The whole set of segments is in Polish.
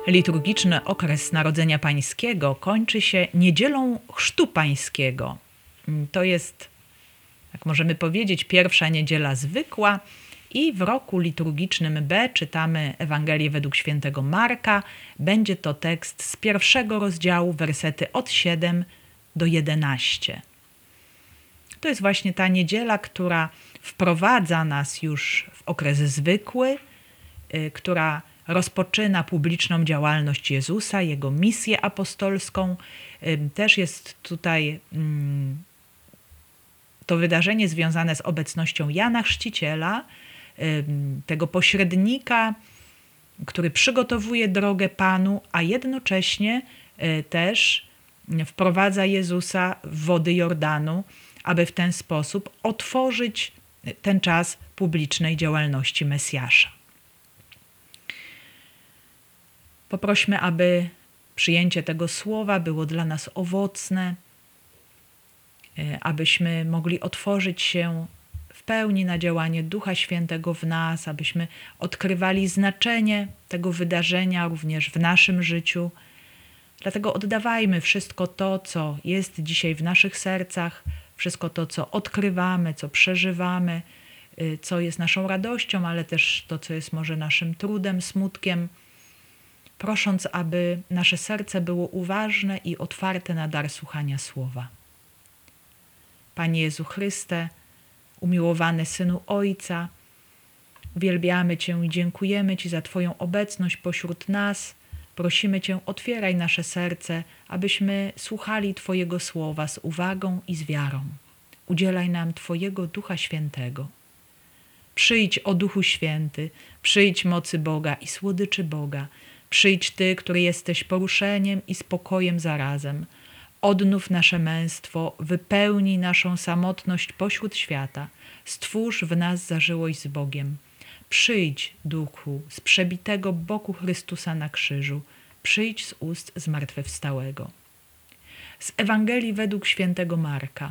Liturgiczny okres Narodzenia Pańskiego kończy się niedzielą Chrztu Pańskiego. To jest, jak możemy powiedzieć, pierwsza niedziela zwykła i w roku liturgicznym B czytamy Ewangelię według świętego Marka. Będzie to tekst z pierwszego rozdziału, wersety od 7 do 11. To jest właśnie ta niedziela, która wprowadza nas już w okres zwykły, która rozpoczyna publiczną działalność Jezusa, Jego misję apostolską. Też jest tutaj to wydarzenie związane z obecnością Jana Chrzciciela, tego pośrednika, który przygotowuje drogę Panu, a jednocześnie też wprowadza Jezusa w wody Jordanu, aby w ten sposób otworzyć ten czas publicznej działalności Mesjasza. Poprośmy, aby przyjęcie tego słowa było dla nas owocne, abyśmy mogli otworzyć się w pełni na działanie Ducha Świętego w nas, abyśmy odkrywali znaczenie tego wydarzenia również w naszym życiu. Dlatego oddawajmy wszystko to, co jest dzisiaj w naszych sercach, wszystko to, co odkrywamy, co przeżywamy, co jest naszą radością, ale też to, co jest może naszym trudem, smutkiem, prosząc, aby nasze serce było uważne i otwarte na dar słuchania słowa. Panie Jezu Chryste, umiłowany Synu Ojca, uwielbiamy Cię i dziękujemy Ci za Twoją obecność pośród nas. Prosimy Cię, otwieraj nasze serce, abyśmy słuchali Twojego słowa z uwagą i z wiarą. Udzielaj nam Twojego Ducha Świętego. Przyjdź, o Duchu Święty, przyjdź mocy Boga i słodyczy Boga. Przyjdź Ty, który jesteś poruszeniem i spokojem zarazem. Odnów nasze męstwo, wypełnij naszą samotność pośród świata. Stwórz w nas zażyłość z Bogiem. Przyjdź, Duchu, z przebitego boku Chrystusa na krzyżu. Przyjdź z ust zmartwychwstałego. Z Ewangelii według świętego Marka.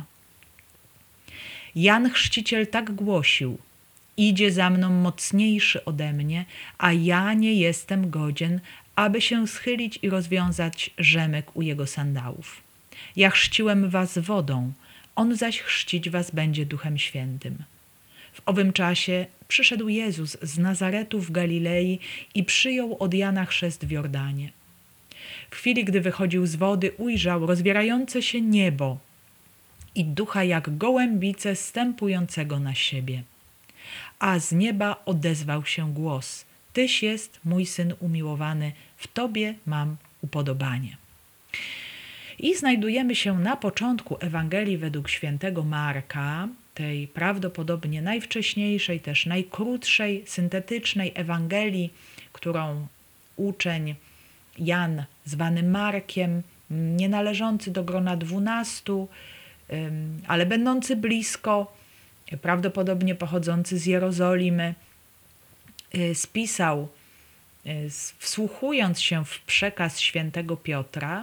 Jan Chrzciciel tak głosił: idzie za mną mocniejszy ode mnie, a ja nie jestem godzien, aby się schylić i rozwiązać rzemek u jego sandałów. Ja chrzciłem was wodą, on zaś chrzcić was będzie Duchem Świętym. W owym czasie przyszedł Jezus z Nazaretu w Galilei i przyjął od Jana chrzest w Jordanie. W chwili, gdy wychodził z wody, ujrzał rozwierające się niebo i Ducha jak gołębice zstępującego na siebie. A z nieba odezwał się głos: Tyś jest mój Syn umiłowany, w Tobie mam upodobanie. I znajdujemy się na początku Ewangelii według świętego Marka, tej prawdopodobnie najwcześniejszej, też najkrótszej, syntetycznej Ewangelii, którą uczeń Jan, zwany Markiem, nie należący do grona 12, ale będący blisko, prawdopodobnie pochodzący z Jerozolimy, spisał, wsłuchując się w przekaz świętego Piotra.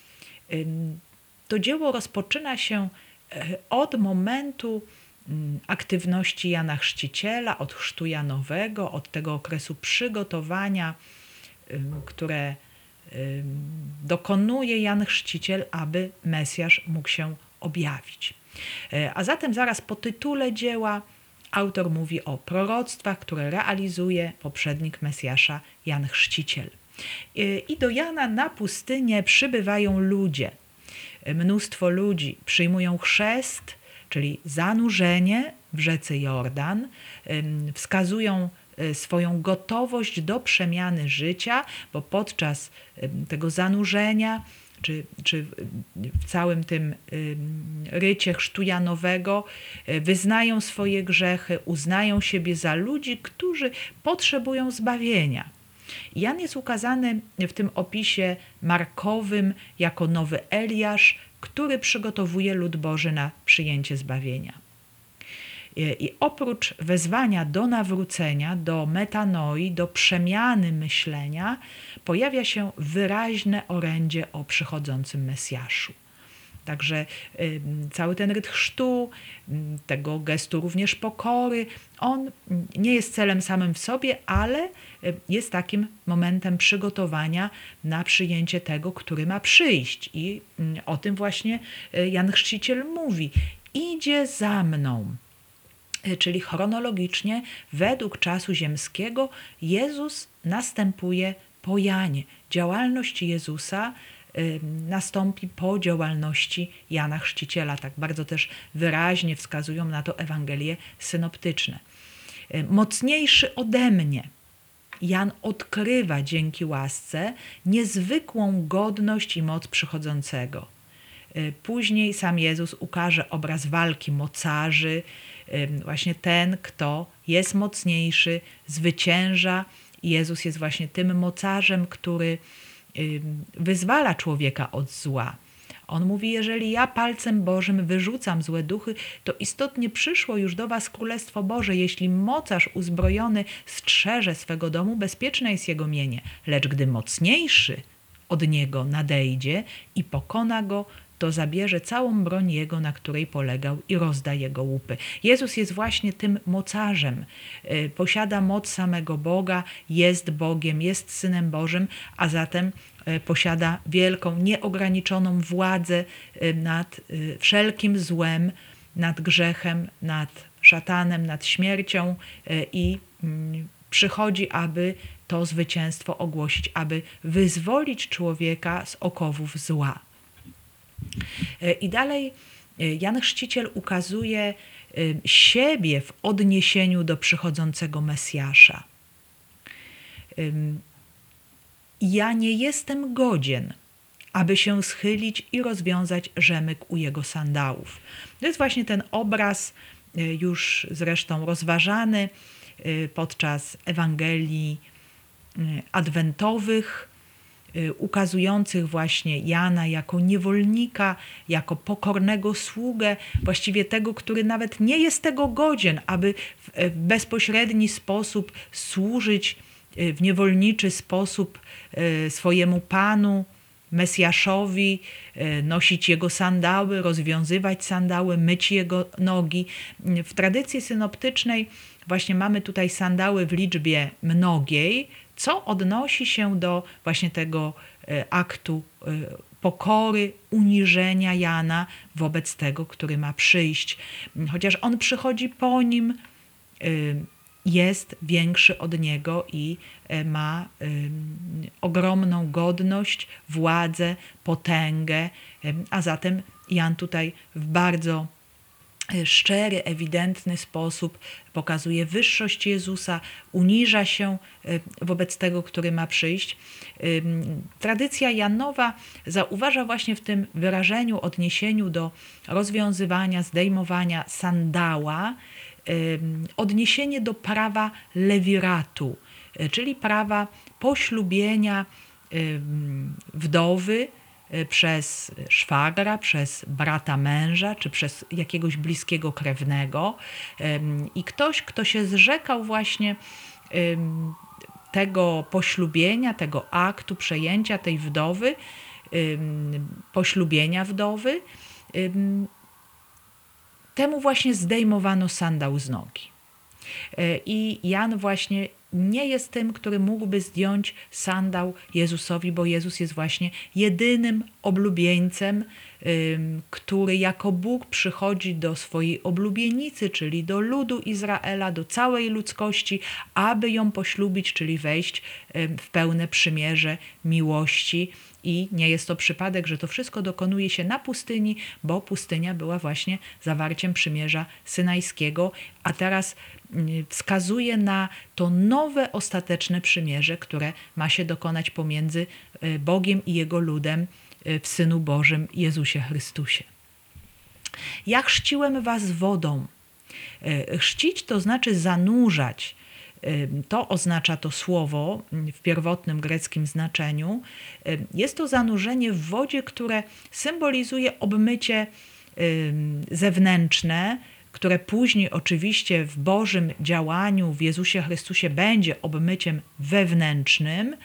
To dzieło rozpoczyna się od momentu aktywności Jana Chrzciciela, od chrztu Janowego, od tego okresu przygotowania, które dokonuje Jan Chrzciciel, aby Mesjasz mógł się objawić. A zatem zaraz po tytule dzieła autor mówi o proroctwach, które realizuje poprzednik Mesjasza, Jan Chrzciciel. I do Jana na pustynię przybywają ludzie. Mnóstwo ludzi przyjmują chrzest, czyli zanurzenie w rzece Jordan, wskazują swoją gotowość do przemiany życia, bo podczas tego zanurzenia czy w całym tym rycie chrztu Janowego wyznają swoje grzechy, uznają siebie za ludzi, którzy potrzebują zbawienia. Jan jest ukazany w tym opisie markowym jako nowy Eliasz, który przygotowuje lud Boży na przyjęcie zbawienia. I oprócz wezwania do nawrócenia, do metanoi, do przemiany myślenia, pojawia się wyraźne orędzie o przychodzącym Mesjaszu. Także cały ten ryt chrztu, tego gestu również pokory, on nie jest celem samym w sobie, ale jest takim momentem przygotowania na przyjęcie tego, który ma przyjść. I o tym właśnie Jan Chrzciciel mówi. Idzie za mną. Czyli chronologicznie, według czasu ziemskiego, Jezus następuje po Janie. Działalność Jezusa nastąpi po działalności Jana Chrzciciela. Tak bardzo też wyraźnie wskazują na to Ewangelie synoptyczne. Mocniejszy ode mnie. Jan odkrywa dzięki łasce niezwykłą godność i moc przychodzącego. Później sam Jezus ukaże obraz walki mocarzy. Właśnie ten, kto jest mocniejszy, zwycięża. Jezus jest właśnie tym mocarzem, który wyzwala człowieka od zła. On mówi, jeżeli ja palcem Bożym wyrzucam złe duchy, to istotnie przyszło już do was Królestwo Boże. Jeśli mocarz uzbrojony strzeże swego domu, bezpieczne jest jego mienie. Lecz gdy mocniejszy od niego nadejdzie i pokona go, to zabierze całą broń jego, na której polegał, i rozda jego łupy. Jezus jest właśnie tym mocarzem. Posiada moc samego Boga, jest Bogiem, jest Synem Bożym, a zatem posiada wielką, nieograniczoną władzę nad wszelkim złem, nad grzechem, nad szatanem, nad śmiercią i przychodzi, aby to zwycięstwo ogłosić, aby wyzwolić człowieka z okowów zła. I dalej Jan Chrzciciel ukazuje siebie w odniesieniu do przychodzącego Mesjasza. Ja nie jestem godzien, aby się schylić i rozwiązać rzemyk u jego sandałów. To jest właśnie ten obraz, już zresztą rozważany podczas Ewangelii adwentowych, ukazujących właśnie Jana jako niewolnika, jako pokornego sługę, właściwie tego, który nawet nie jest tego godzien, aby w bezpośredni sposób służyć, w niewolniczy sposób swojemu Panu, Mesjaszowi, nosić jego sandały, rozwiązywać sandały, myć jego nogi. W tradycji synoptycznej właśnie mamy tutaj sandały w liczbie mnogiej, co odnosi się do właśnie tego aktu pokory, uniżenia Jana wobec tego, który ma przyjść. Chociaż on przychodzi po nim, jest większy od niego i ma ogromną godność, władzę, potęgę, a zatem Jan tutaj w bardzo szczery, ewidentny sposób pokazuje wyższość Jezusa, uniża się wobec tego, który ma przyjść. Tradycja Janowa zauważa właśnie w tym wyrażeniu, odniesieniu do rozwiązywania, zdejmowania sandała, odniesienie do prawa lewiratu, czyli prawa poślubienia wdowy przez szwagra, przez brata męża, czy przez jakiegoś bliskiego krewnego. I ktoś, kto się zrzekał właśnie tego poślubienia, tego aktu przejęcia tej wdowy, poślubienia wdowy, temu właśnie zdejmowano sandał z nogi. I Jan właśnie nie jest tym, który mógłby zdjąć sandał Jezusowi, bo Jezus jest właśnie jedynym oblubieńcem, który jako Bóg przychodzi do swojej oblubienicy, czyli do ludu Izraela, do całej ludzkości, aby ją poślubić, czyli wejść w pełne przymierze miłości. I nie jest to przypadek, że to wszystko dokonuje się na pustyni, bo pustynia była właśnie zawarciem przymierza synajskiego, a teraz wskazuje na to nowe, ostateczne przymierze, które ma się dokonać pomiędzy Bogiem i Jego ludem w Synu Bożym Jezusie Chrystusie. Ja chrzciłem was wodą. Chrzcić to znaczy zanurzać. To oznacza to słowo w pierwotnym greckim znaczeniu. Jest to zanurzenie w wodzie, które symbolizuje obmycie zewnętrzne, które później oczywiście w Bożym działaniu w Jezusie Chrystusie będzie obmyciem wewnętrznym.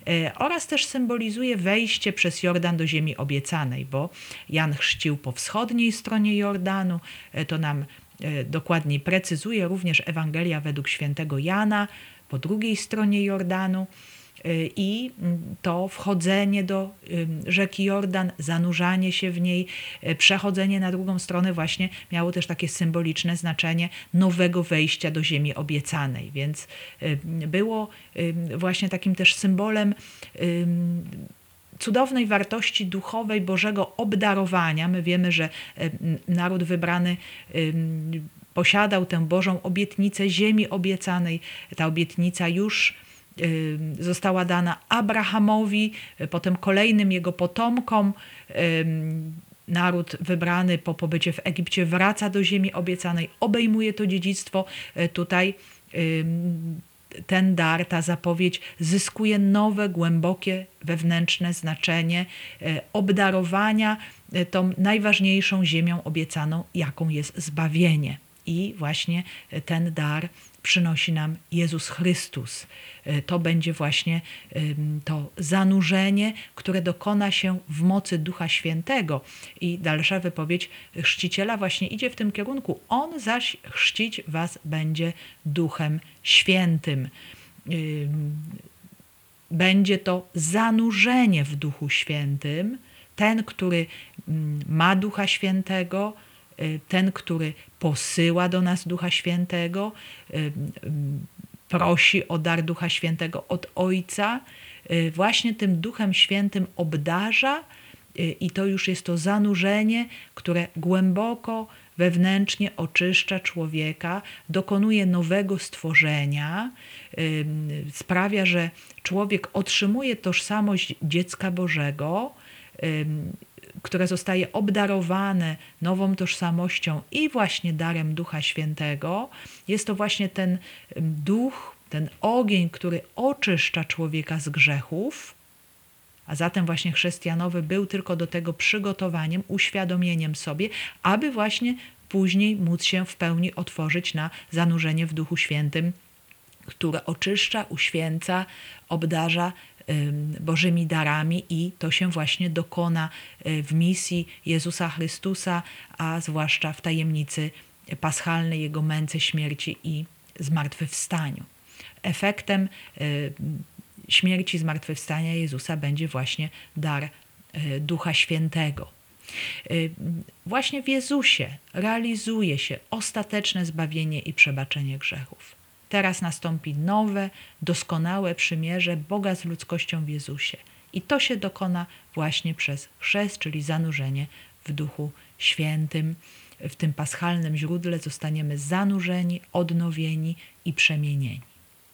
oraz też symbolizuje wejście przez Jordan do ziemi obiecanej, bo Jan chrzcił po wschodniej stronie Jordanu, to nam dokładniej precyzuje również Ewangelia według świętego Jana po drugiej stronie Jordanu. I to wchodzenie do rzeki Jordan, zanurzanie się w niej, przechodzenie na drugą stronę właśnie miało też takie symboliczne znaczenie nowego wejścia do ziemi obiecanej. Więc było właśnie takim też symbolem cudownej wartości duchowej Bożego obdarowania. My wiemy, że naród wybrany posiadał tę Bożą obietnicę ziemi obiecanej. Ta obietnica już została dana Abrahamowi, potem kolejnym jego potomkom. Naród wybrany po pobycie w Egipcie wraca do ziemi obiecanej, obejmuje to dziedzictwo. Tutaj ten dar, ta zapowiedź zyskuje nowe, głębokie, wewnętrzne znaczenie obdarowania tą najważniejszą ziemią obiecaną, jaką jest zbawienie. I właśnie ten dar przynosi nam Jezus Chrystus. To będzie właśnie to zanurzenie, które dokona się w mocy Ducha Świętego. I dalsza wypowiedź chrzciciela właśnie idzie w tym kierunku. On zaś chrzcić was będzie Duchem Świętym. Będzie to zanurzenie w Duchu Świętym. Ten, który ma Ducha Świętego, ten, który posyła do nas Ducha Świętego, prosi o dar Ducha Świętego od Ojca, właśnie tym Duchem Świętym obdarza i to już jest to zanurzenie, które głęboko, wewnętrznie oczyszcza człowieka, dokonuje nowego stworzenia, sprawia, że człowiek otrzymuje tożsamość dziecka Bożego, które zostaje obdarowane nową tożsamością i właśnie darem Ducha Świętego. Jest to właśnie ten duch, ten ogień, który oczyszcza człowieka z grzechów, a zatem właśnie chrześcijanowy był tylko do tego przygotowaniem, uświadomieniem sobie, aby właśnie później móc się w pełni otworzyć na zanurzenie w Duchu Świętym, które oczyszcza, uświęca, obdarza Bożymi darami i to się właśnie dokona w misji Jezusa Chrystusa, a zwłaszcza w tajemnicy paschalnej Jego męce, śmierci i zmartwychwstaniu. Efektem śmierci i zmartwychwstania Jezusa będzie właśnie dar Ducha Świętego. Właśnie w Jezusie realizuje się ostateczne zbawienie i przebaczenie grzechów. Teraz nastąpi nowe, doskonałe przymierze Boga z ludzkością w Jezusie. I to się dokona właśnie przez chrzest, czyli zanurzenie w Duchu Świętym. W tym paschalnym źródle zostaniemy zanurzeni, odnowieni i przemienieni.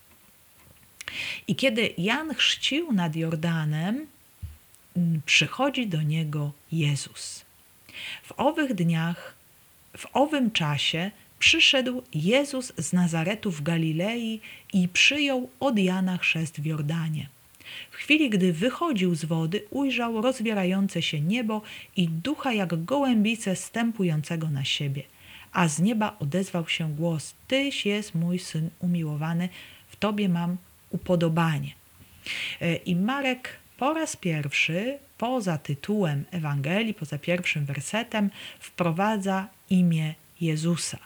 I kiedy Jan chrzcił nad Jordanem, przychodzi do niego Jezus. W owych dniach, w owym czasie przyszedł Jezus z Nazaretu w Galilei i przyjął od Jana chrzest w Jordanie. W chwili, gdy wychodził z wody, ujrzał rozwierające się niebo i ducha jak gołębice stępującego na siebie. A z nieba odezwał się głos: Tyś jest mój Syn umiłowany, w Tobie mam upodobanie. I Marek po raz pierwszy, poza tytułem Ewangelii, poza pierwszym wersetem, wprowadza imię Jezusa.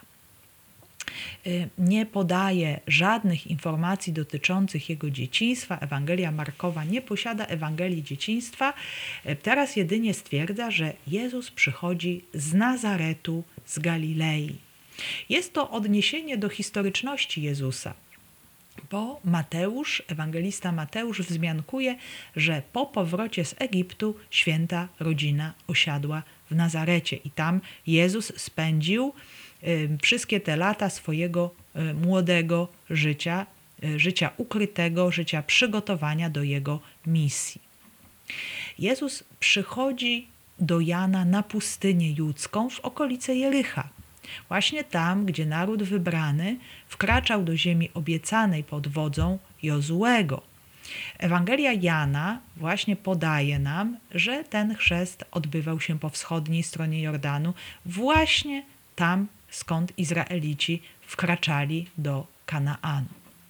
Nie podaje żadnych informacji dotyczących jego dzieciństwa. Ewangelia Markowa nie posiada Ewangelii dzieciństwa. Teraz jedynie stwierdza, że Jezus przychodzi z Nazaretu, z Galilei. Jest to odniesienie do historyczności Jezusa, bo Mateusz, ewangelista Mateusz wzmiankuje, że po powrocie z Egiptu święta rodzina osiadła w Nazarecie i tam Jezus spędził wszystkie te lata swojego młodego życia, życia ukrytego, życia przygotowania do jego misji. Jezus przychodzi do Jana na pustynię judzką w okolice Jericha. Właśnie tam, gdzie naród wybrany wkraczał do ziemi obiecanej pod wodzą Jozuego. Ewangelia Jana właśnie podaje nam, że ten chrzest odbywał się po wschodniej stronie Jordanu, właśnie tam, skąd Izraelici wkraczali do Kanaanu.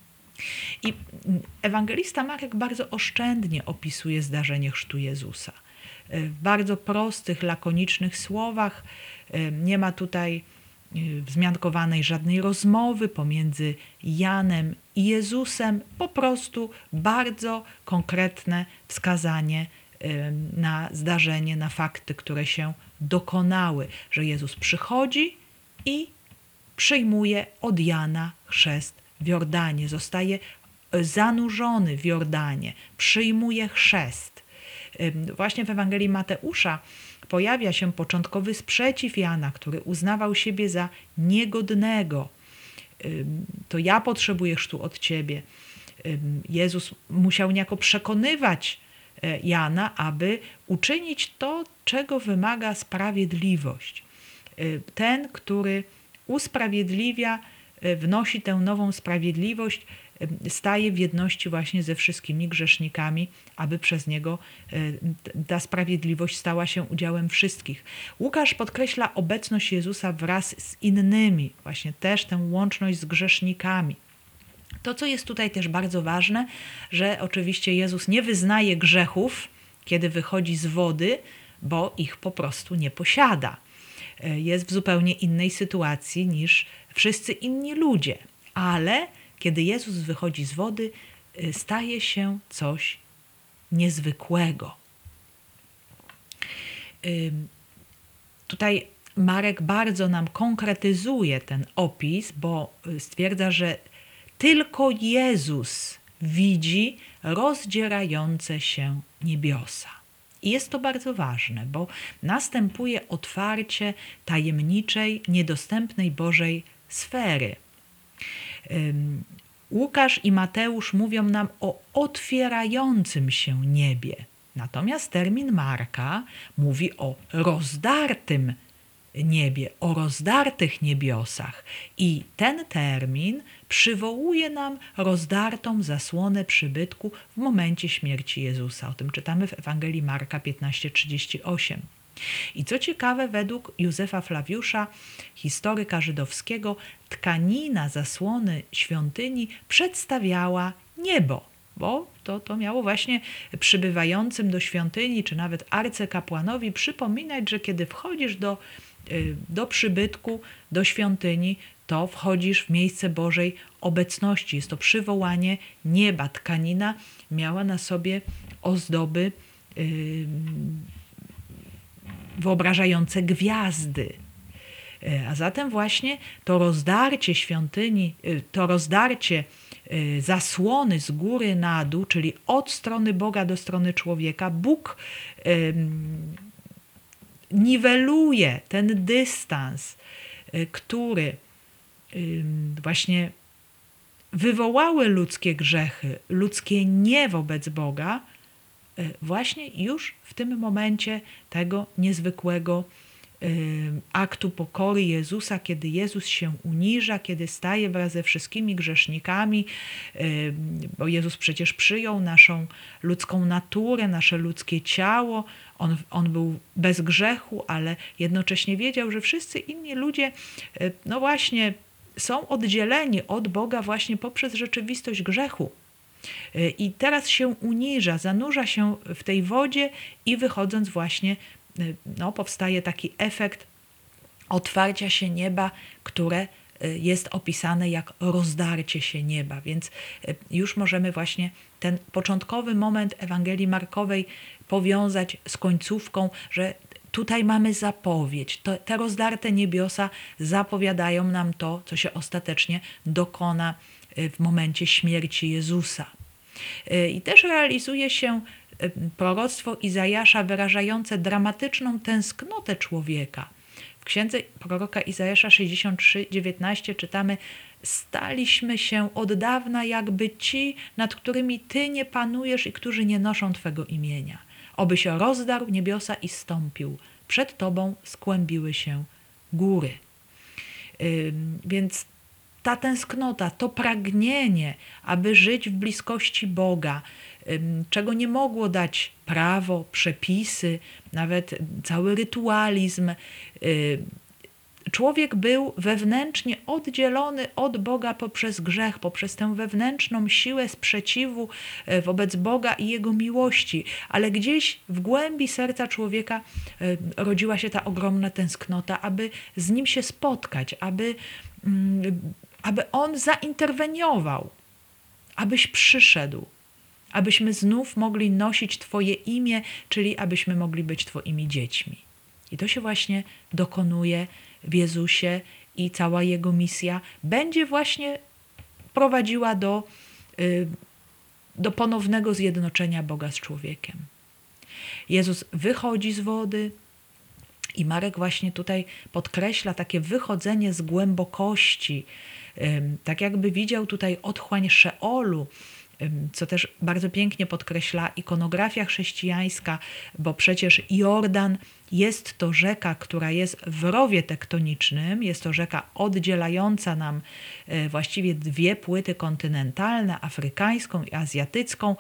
I ewangelista Marek bardzo oszczędnie opisuje zdarzenie chrztu Jezusa. W bardzo prostych, lakonicznych słowach. Nie ma tutaj wzmiankowanej żadnej rozmowy pomiędzy Janem i Jezusem. Po prostu bardzo konkretne wskazanie na zdarzenie, na fakty, które się dokonały. Że Jezus przychodzi i przyjmuje od Jana chrzest w Jordanie. Zostaje zanurzony w Jordanie. Przyjmuje chrzest. Właśnie w Ewangelii Mateusza pojawia się początkowy sprzeciw Jana, który uznawał siebie za niegodnego. To ja potrzebuję chrztu od ciebie. Jezus musiał niejako przekonywać Jana, aby uczynić to, czego wymaga sprawiedliwość. Ten, który usprawiedliwia, wnosi tę nową sprawiedliwość, staje w jedności właśnie ze wszystkimi grzesznikami, aby przez niego ta sprawiedliwość stała się udziałem wszystkich. Łukasz podkreśla obecność Jezusa wraz z innymi, właśnie też tę łączność z grzesznikami. To, co jest tutaj też bardzo ważne, że oczywiście Jezus nie wyznaje grzechów, kiedy wychodzi z wody, bo ich po prostu nie posiada. Jest w zupełnie innej sytuacji niż wszyscy inni ludzie, ale kiedy Jezus wychodzi z wody, staje się coś niezwykłego. Tutaj Marek bardzo nam konkretyzuje ten opis, bo stwierdza, że tylko Jezus widzi rozdzierające się niebiosa. I jest to bardzo ważne, bo następuje otwarcie tajemniczej, niedostępnej Bożej sfery. Łukasz i Mateusz mówią nam o otwierającym się niebie. Natomiast termin Marka mówi o rozdartym niebie, o rozdartych niebiosach. I ten termin przywołuje nam rozdartą zasłonę przybytku w momencie śmierci Jezusa. O tym czytamy w Ewangelii Marka 15:38. I co ciekawe, według Józefa Flawiusza, historyka żydowskiego, tkanina zasłony świątyni przedstawiała niebo, bo to miało właśnie przybywającym do świątyni, czy nawet arcykapłanowi przypominać, że kiedy wchodzisz do przybytku, do świątyni, to wchodzisz w miejsce Bożej obecności. Jest to przywołanie nieba. Tkanina miała na sobie ozdoby wyobrażające gwiazdy. A zatem właśnie to rozdarcie świątyni, to rozdarcie zasłony z góry na dół, czyli od strony Boga do strony człowieka, Bóg niweluje ten dystans, który właśnie wywołały ludzkie grzechy, ludzkie nie wobec Boga, właśnie już w tym momencie tego niezwykłego aktu pokory Jezusa, kiedy Jezus się uniża, kiedy staje wraz ze wszystkimi grzesznikami, bo Jezus przecież przyjął naszą ludzką naturę, nasze ludzkie ciało. On był bez grzechu, ale jednocześnie wiedział, że wszyscy inni ludzie, no właśnie, są oddzieleni od Boga właśnie poprzez rzeczywistość grzechu. I teraz się uniża, zanurza się w tej wodzie i wychodząc właśnie, powstaje taki efekt otwarcia się nieba, które jest opisane jak rozdarcie się nieba. Więc już możemy właśnie ten początkowy moment Ewangelii Markowej powiązać z końcówką, że tutaj mamy zapowiedź. Te rozdarte niebiosa zapowiadają nam to, co się ostatecznie dokona w momencie śmierci Jezusa. I też realizuje się proroctwo Izajasza wyrażające dramatyczną tęsknotę człowieka. W księdze proroka Izajasza 63:19 czytamy: staliśmy się od dawna jakby ci, nad którymi Ty nie panujesz i którzy nie noszą Twego imienia. Oby się rozdarł niebiosa i stąpił. Przed Tobą skłębiły się góry. Więc ta tęsknota, to pragnienie, aby żyć w bliskości Boga, czego nie mogło dać prawo, przepisy, nawet cały rytualizm, Człowiek był wewnętrznie oddzielony od Boga poprzez grzech, poprzez tę wewnętrzną siłę sprzeciwu wobec Boga i Jego miłości, ale gdzieś w głębi serca człowieka rodziła się ta ogromna tęsknota, aby z Nim się spotkać, aby On zainterweniował, abyś przyszedł, abyśmy znów mogli nosić Twoje imię, czyli abyśmy mogli być Twoimi dziećmi. I to się właśnie dokonuje w Jezusie i cała Jego misja będzie właśnie prowadziła do ponownego zjednoczenia Boga z człowiekiem. Jezus wychodzi z wody i Marek właśnie tutaj podkreśla takie wychodzenie z głębokości, tak jakby widział tutaj otchłań Szeolu, co też bardzo pięknie podkreśla ikonografia chrześcijańska, bo przecież Jordan jest to rzeka, która jest w rowie tektonicznym, jest to rzeka oddzielająca nam właściwie dwie płyty kontynentalne, afrykańską i azjatycką.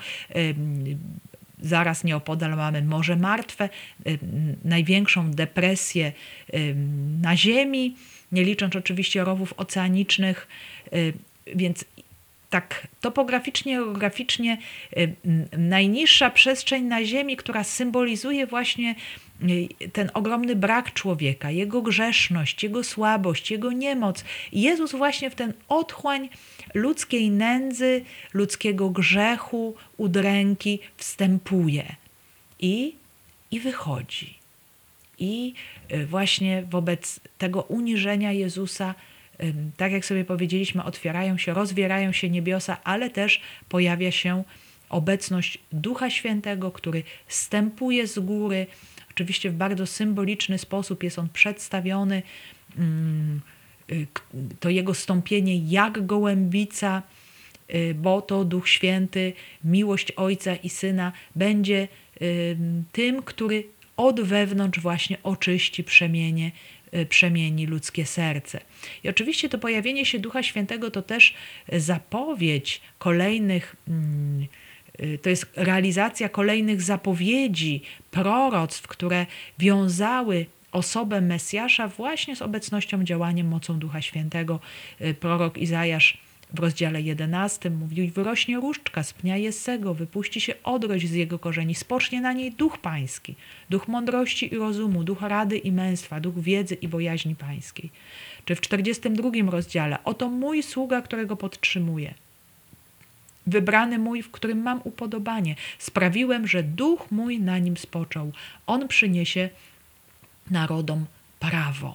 Zaraz nieopodal mamy Morze Martwe, największą depresję na Ziemi, nie licząc oczywiście rowów oceanicznych, więc tak topograficznie, geograficznie najniższa przestrzeń na Ziemi, która symbolizuje właśnie ten ogromny brak człowieka, jego grzeszność, jego słabość, jego niemoc. I Jezus właśnie w ten otchłań ludzkiej nędzy, ludzkiego grzechu, udręki wstępuje i wychodzi. I właśnie wobec tego uniżenia Jezusa, tak jak sobie powiedzieliśmy, rozwierają się niebiosa, ale też pojawia się obecność Ducha Świętego, który zstępuje z góry. Oczywiście w bardzo symboliczny sposób jest on przedstawiony, to jego stąpienie jak gołębica, bo to Duch Święty, miłość Ojca i Syna będzie tym, który od wewnątrz właśnie oczyści, przemieni ludzkie serce. I oczywiście to pojawienie się Ducha Świętego to też zapowiedź kolejnych, to jest realizacja kolejnych zapowiedzi, proroctw, które wiązały osobę Mesjasza właśnie z obecnością, działaniem, mocą Ducha Świętego. Prorok Izajasz w rozdziale 11 mówił: wyrośnie różdżka z pnia Jessego, wypuści się odrość z jego korzeni, spocznie na niej duch pański, duch mądrości i rozumu, duch rady i męstwa, duch wiedzy i bojaźni pańskiej. Czy w 42 rozdziale: oto mój sługa, którego podtrzymuję, wybrany mój, w którym mam upodobanie. Sprawiłem, że duch mój na nim spoczął. On przyniesie narodom prawo.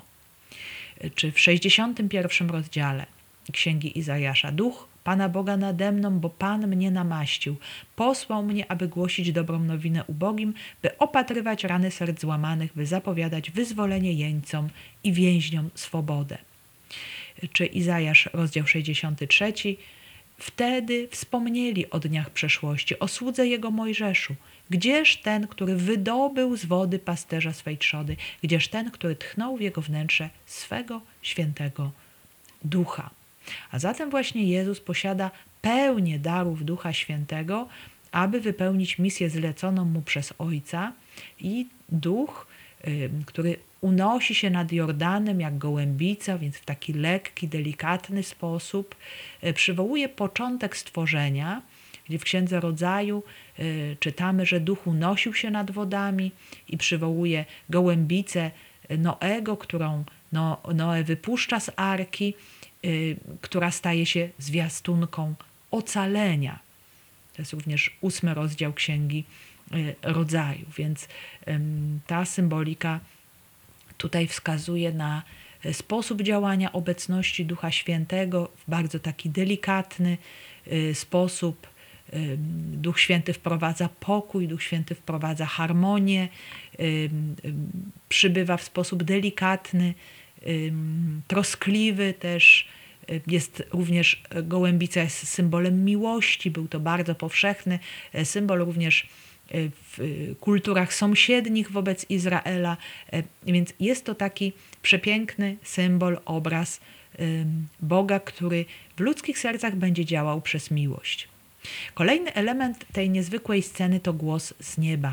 Czy w 61 rozdziale Księgi Izajasza: duch Pana Boga nade mną, bo Pan mnie namaścił. Posłał mnie, aby głosić dobrą nowinę ubogim, by opatrywać rany serc złamanych, by zapowiadać wyzwolenie jeńcom i więźniom swobodę. Czy Izajasz, rozdział 63. Wtedy wspomnieli o dniach przeszłości, o słudze jego Mojżeszu. Gdzież ten, który wydobył z wody pasterza swej trzody? Gdzież ten, który tchnął w jego wnętrze swego świętego ducha? A zatem właśnie Jezus posiada pełnię darów Ducha Świętego, aby wypełnić misję zleconą mu przez Ojca, i Duch, który unosi się nad Jordanem jak gołębica, więc w taki lekki, delikatny sposób przywołuje początek stworzenia, gdzie w Księdze Rodzaju czytamy, że Duch unosił się nad wodami i przywołuje gołębicę Noego, którą Noe wypuszcza z arki, która staje się zwiastunką ocalenia. To jest również 8 rozdział Księgi Rodzaju, więc ta symbolika tutaj wskazuje na sposób działania obecności Ducha Świętego w bardzo taki delikatny sposób. Duch Święty wprowadza pokój, Duch Święty wprowadza harmonię, przybywa w sposób delikatny, troskliwy też. Jest również, gołębica jest symbolem miłości, był to bardzo powszechny symbol również w kulturach sąsiednich wobec Izraela, więc jest to taki przepiękny symbol, obraz Boga, który w ludzkich sercach będzie działał przez miłość. Kolejny element tej niezwykłej sceny to głos z nieba.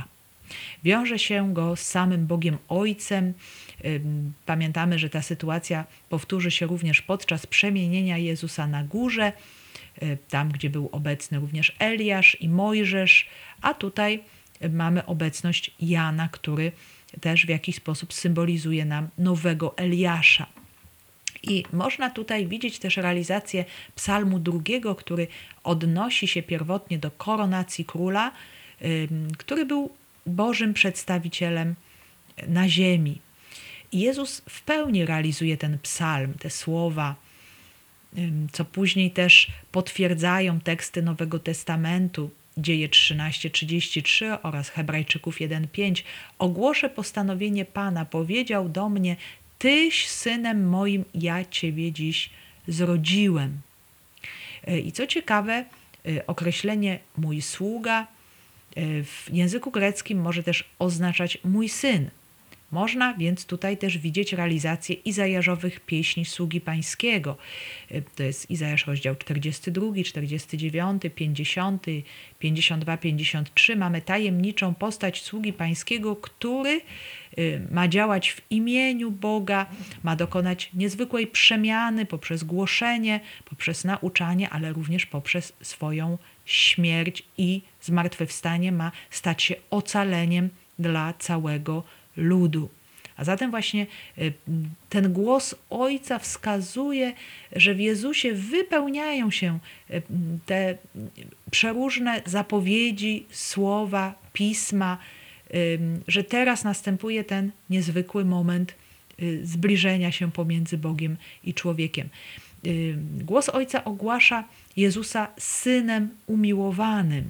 Wiąże się go z samym Bogiem Ojcem. Pamiętamy, że ta sytuacja powtórzy się również podczas przemienienia Jezusa na górze, tam gdzie był obecny również Eliasz i Mojżesz, a tutaj mamy obecność Jana, który też w jakiś sposób symbolizuje nam nowego Eliasza. I można tutaj widzieć też realizację psalmu 2, który odnosi się pierwotnie do koronacji króla, który był Bożym przedstawicielem na ziemi. I Jezus w pełni realizuje ten psalm, te słowa, co później też potwierdzają teksty Nowego Testamentu, Dzieje 13:33 oraz Hebrajczyków 1:5. Ogłoszę postanowienie Pana, powiedział do mnie, Tyś synem moim, ja Ciebie dziś zrodziłem. I co ciekawe, określenie mój sługa w języku greckim może też oznaczać mój syn. Można więc tutaj też widzieć realizację izajaszowych pieśni sługi pańskiego. To jest Izajasz rozdział 42, 49, 50, 52, 53. Mamy tajemniczą postać sługi pańskiego, który ma działać w imieniu Boga, ma dokonać niezwykłej przemiany poprzez głoszenie, poprzez nauczanie, ale również poprzez swoją śmierć i zmartwychwstanie ma stać się ocaleniem dla całego ludu. A zatem właśnie ten głos Ojca wskazuje, że w Jezusie wypełniają się te przeróżne zapowiedzi, słowa, pisma, że teraz następuje ten niezwykły moment zbliżenia się pomiędzy Bogiem i człowiekiem. Głos Ojca ogłasza Jezusa synem umiłowanym.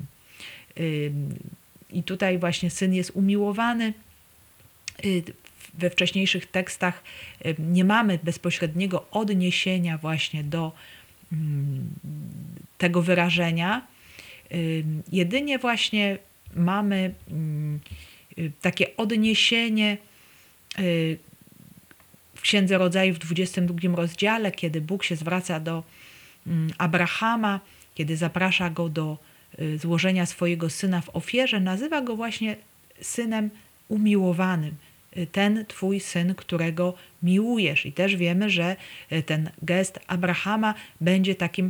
I tutaj właśnie syn jest umiłowany. We wcześniejszych tekstach nie mamy bezpośredniego odniesienia właśnie do tego wyrażenia. Jedynie właśnie mamy takie odniesienie w Księdze Rodzaju w 22 rozdziale, kiedy Bóg się zwraca do Abrahama, kiedy zaprasza go do złożenia swojego syna w ofierze, nazywa go właśnie synem umiłowanym. Ten twój syn, którego miłujesz. I też wiemy, że ten gest Abrahama będzie takim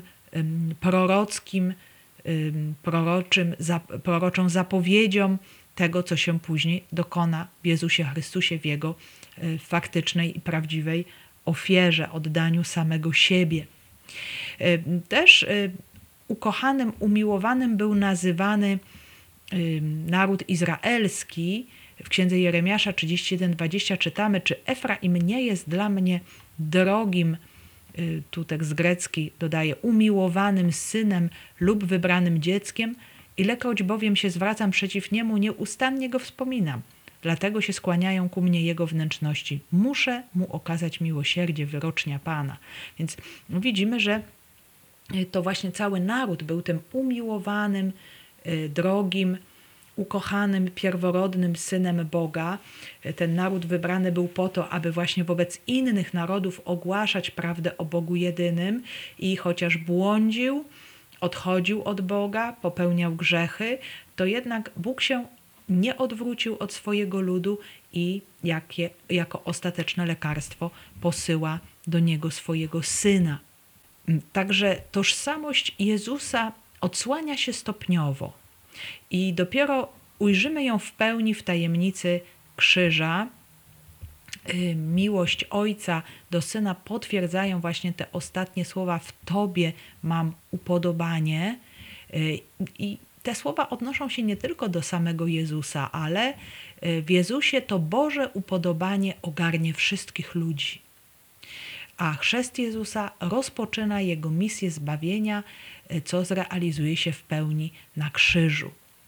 proroczą zapowiedzią tego, co się później dokona w Jezusie Chrystusie, w Jego faktycznej i prawdziwej ofierze, oddaniu samego siebie. Też ukochanym, umiłowanym był nazywany naród izraelski. W księdze Jeremiasza 31:20 czytamy, czy Efraim nie jest dla mnie drogim, tu tekst grecki dodaje, umiłowanym synem lub wybranym dzieckiem, ilekroć bowiem się zwracam przeciw niemu, nieustannie go wspominam. Dlatego się skłaniają ku mnie jego wnętrzności. Muszę mu okazać miłosierdzie, wyrocznia Pana. Więc widzimy, że to właśnie cały naród był tym umiłowanym, drogim, ukochanym, pierworodnym synem Boga. Ten naród wybrany był po to, aby właśnie wobec innych narodów ogłaszać prawdę o Bogu jedynym i chociaż błądził, odchodził od Boga, popełniał grzechy, to jednak Bóg się nie odwrócił od swojego ludu i jako ostateczne lekarstwo posyła do niego swojego Syna. Także tożsamość Jezusa odsłania się stopniowo i dopiero ujrzymy ją w pełni w tajemnicy krzyża. Miłość Ojca do Syna potwierdzają właśnie te ostatnie słowa: w Tobie mam upodobanie. I te słowa odnoszą się nie tylko do samego Jezusa, ale w Jezusie to Boże upodobanie ogarnie wszystkich ludzi. A chrzest Jezusa rozpoczyna Jego misję zbawienia, co zrealizuje się w pełni na krzyżu.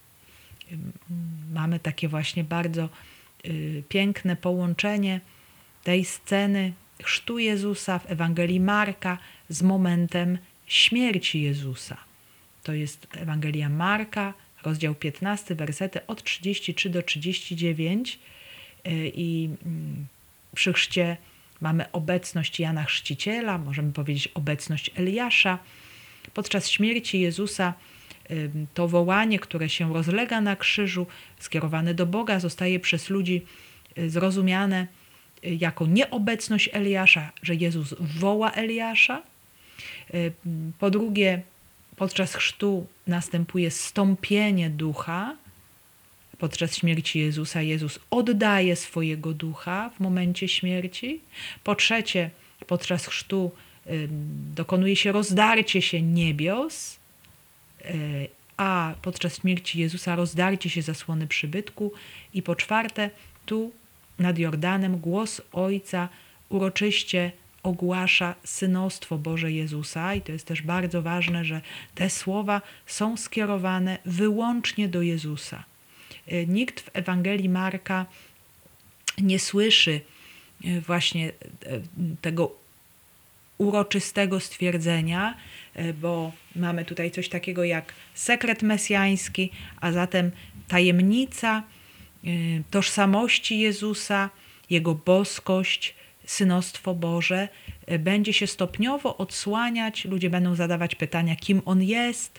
Mamy takie właśnie bardzo piękne połączenie tej sceny chrztu Jezusa w Ewangelii Marka z momentem śmierci Jezusa. To jest Ewangelia Marka, rozdział 15, wersety od 33 do 39 i przy chrzcie mamy obecność Jana Chrzciciela, możemy powiedzieć obecność Eliasza. Podczas śmierci Jezusa To wołanie, które się rozlega na krzyżu, skierowane do Boga, zostaje przez ludzi zrozumiane jako nieobecność Eliasza, że Jezus woła Eliasza. Po drugie, podczas chrztu następuje zstąpienie ducha. Podczas śmierci Jezusa Jezus oddaje swojego ducha w momencie śmierci. Po trzecie, podczas chrztu dokonuje się rozdarcie się niebios, a podczas śmierci Jezusa rozdarcie się zasłony przybytku. I po czwarte, tu nad Jordanem głos Ojca uroczyście ogłasza synostwo Boże Jezusa. I to jest też bardzo ważne, że te słowa są skierowane wyłącznie do Jezusa. Nikt w Ewangelii Marka nie słyszy właśnie tego uroczystego stwierdzenia, bo mamy tutaj coś takiego jak sekret mesjański, a zatem tajemnica tożsamości Jezusa, Jego boskość, synostwo Boże będzie się stopniowo odsłaniać. Ludzie będą zadawać pytania, kim On jest,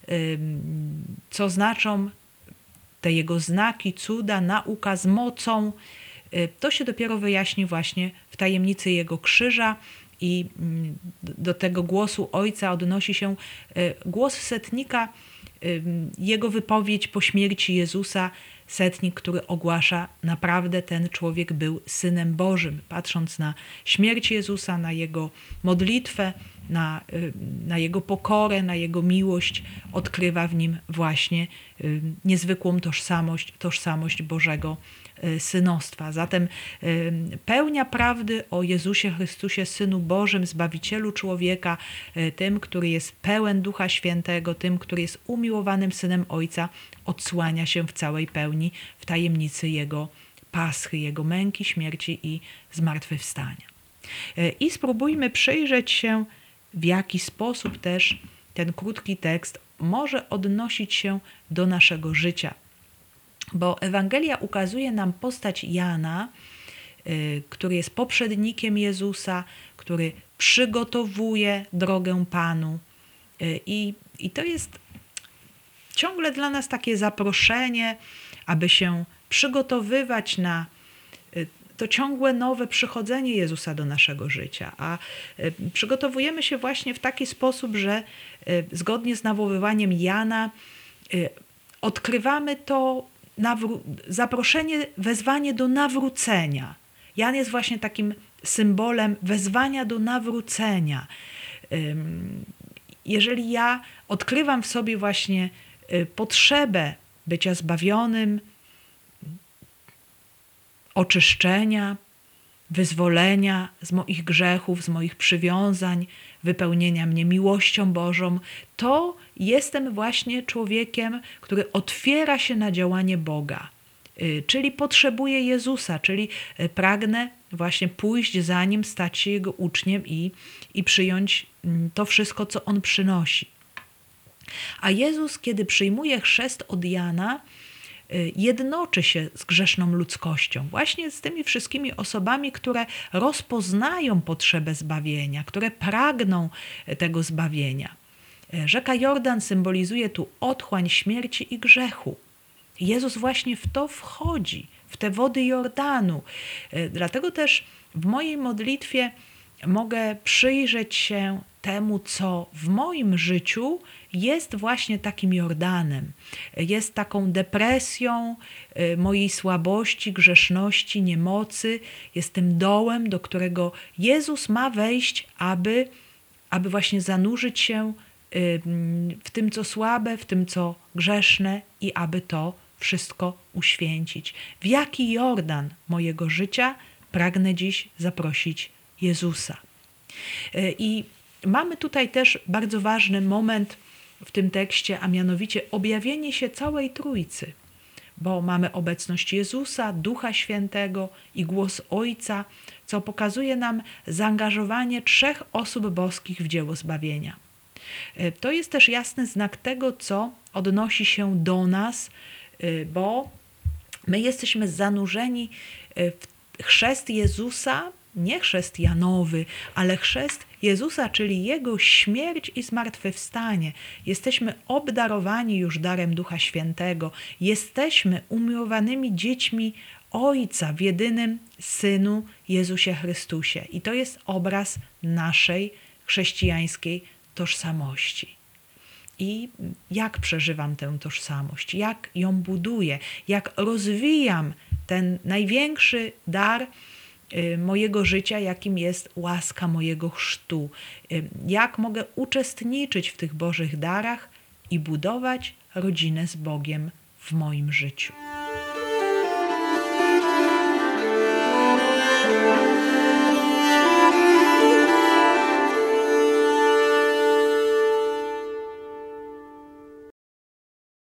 co znaczą te Jego znaki, cuda, nauka z mocą. To się dopiero wyjaśni właśnie w tajemnicy Jego krzyża i do tego głosu Ojca odnosi się głos setnika, jego wypowiedź po śmierci Jezusa. Setnik, który ogłasza, naprawdę ten człowiek był Synem Bożym. Patrząc na śmierć Jezusa, na Jego modlitwę, na Jego pokorę, na Jego miłość, odkrywa w nim właśnie niezwykłą tożsamość Bożego synostwa. Zatem pełnia prawdy o Jezusie Chrystusie, Synu Bożym, Zbawicielu człowieka, tym, który jest pełen Ducha Świętego, tym, który jest umiłowanym Synem Ojca, odsłania się w całej pełni w tajemnicy Jego paschy, Jego męki, śmierci i zmartwychwstania. I spróbujmy przyjrzeć się, w jaki sposób też ten krótki tekst może odnosić się do naszego życia. Bo Ewangelia ukazuje nam postać Jana, który jest poprzednikiem Jezusa, który przygotowuje drogę Panu. I to jest ciągle dla nas takie zaproszenie, aby się przygotowywać na to ciągłe nowe przychodzenie Jezusa do naszego życia. A przygotowujemy się właśnie w taki sposób, że zgodnie z nawoływaniem Jana odkrywamy to zaproszenie, wezwanie do nawrócenia. Jan jest właśnie takim symbolem wezwania do nawrócenia. Jeżeli ja odkrywam w sobie właśnie potrzebę bycia zbawionym, oczyszczenia, wyzwolenia z moich grzechów, z moich przywiązań, wypełnienia mnie miłością Bożą, to jestem właśnie człowiekiem, który otwiera się na działanie Boga. Czyli potrzebuję Jezusa, czyli pragnę właśnie pójść za Nim, stać się Jego uczniem i przyjąć to wszystko, co On przynosi. A Jezus, kiedy przyjmuje chrzest od Jana, jednoczy się z grzeszną ludzkością, właśnie z tymi wszystkimi osobami, które rozpoznają potrzebę zbawienia, które pragną tego zbawienia. Rzeka Jordan symbolizuje tu otchłań śmierci i grzechu. Jezus właśnie w to wchodzi, w te wody Jordanu. Dlatego też w mojej modlitwie mogę przyjrzeć się temu, co w moim życiu jest właśnie takim Jordanem. Jest taką depresją mojej słabości, grzeszności, niemocy. Jest tym dołem, do którego Jezus ma wejść, aby właśnie zanurzyć się w tym, co słabe, w tym, co grzeszne i aby to wszystko uświęcić. W jaki Jordan mojego życia pragnę dziś zaprosić Jezusa. I mamy tutaj też bardzo ważny moment w tym tekście, a mianowicie objawienie się całej Trójcy, bo mamy obecność Jezusa, Ducha Świętego i głos Ojca, co pokazuje nam zaangażowanie trzech osób boskich w dzieło zbawienia. To jest też jasny znak tego, co odnosi się do nas, bo my jesteśmy zanurzeni w chrzest Jezusa, nie chrzest Janowy, ale chrzest Jezusa, czyli Jego śmierć i zmartwychwstanie. Jesteśmy obdarowani już darem Ducha Świętego. Jesteśmy umiłowanymi dziećmi Ojca w jedynym Synu Jezusie Chrystusie. I to jest obraz naszej chrześcijańskiej tożsamości. I jak przeżywam tę tożsamość, jak ją buduję, jak rozwijam ten największy dar mojego życia, jakim jest łaska mojego chrztu. Jak mogę uczestniczyć w tych Bożych darach i budować rodzinę z Bogiem w moim życiu.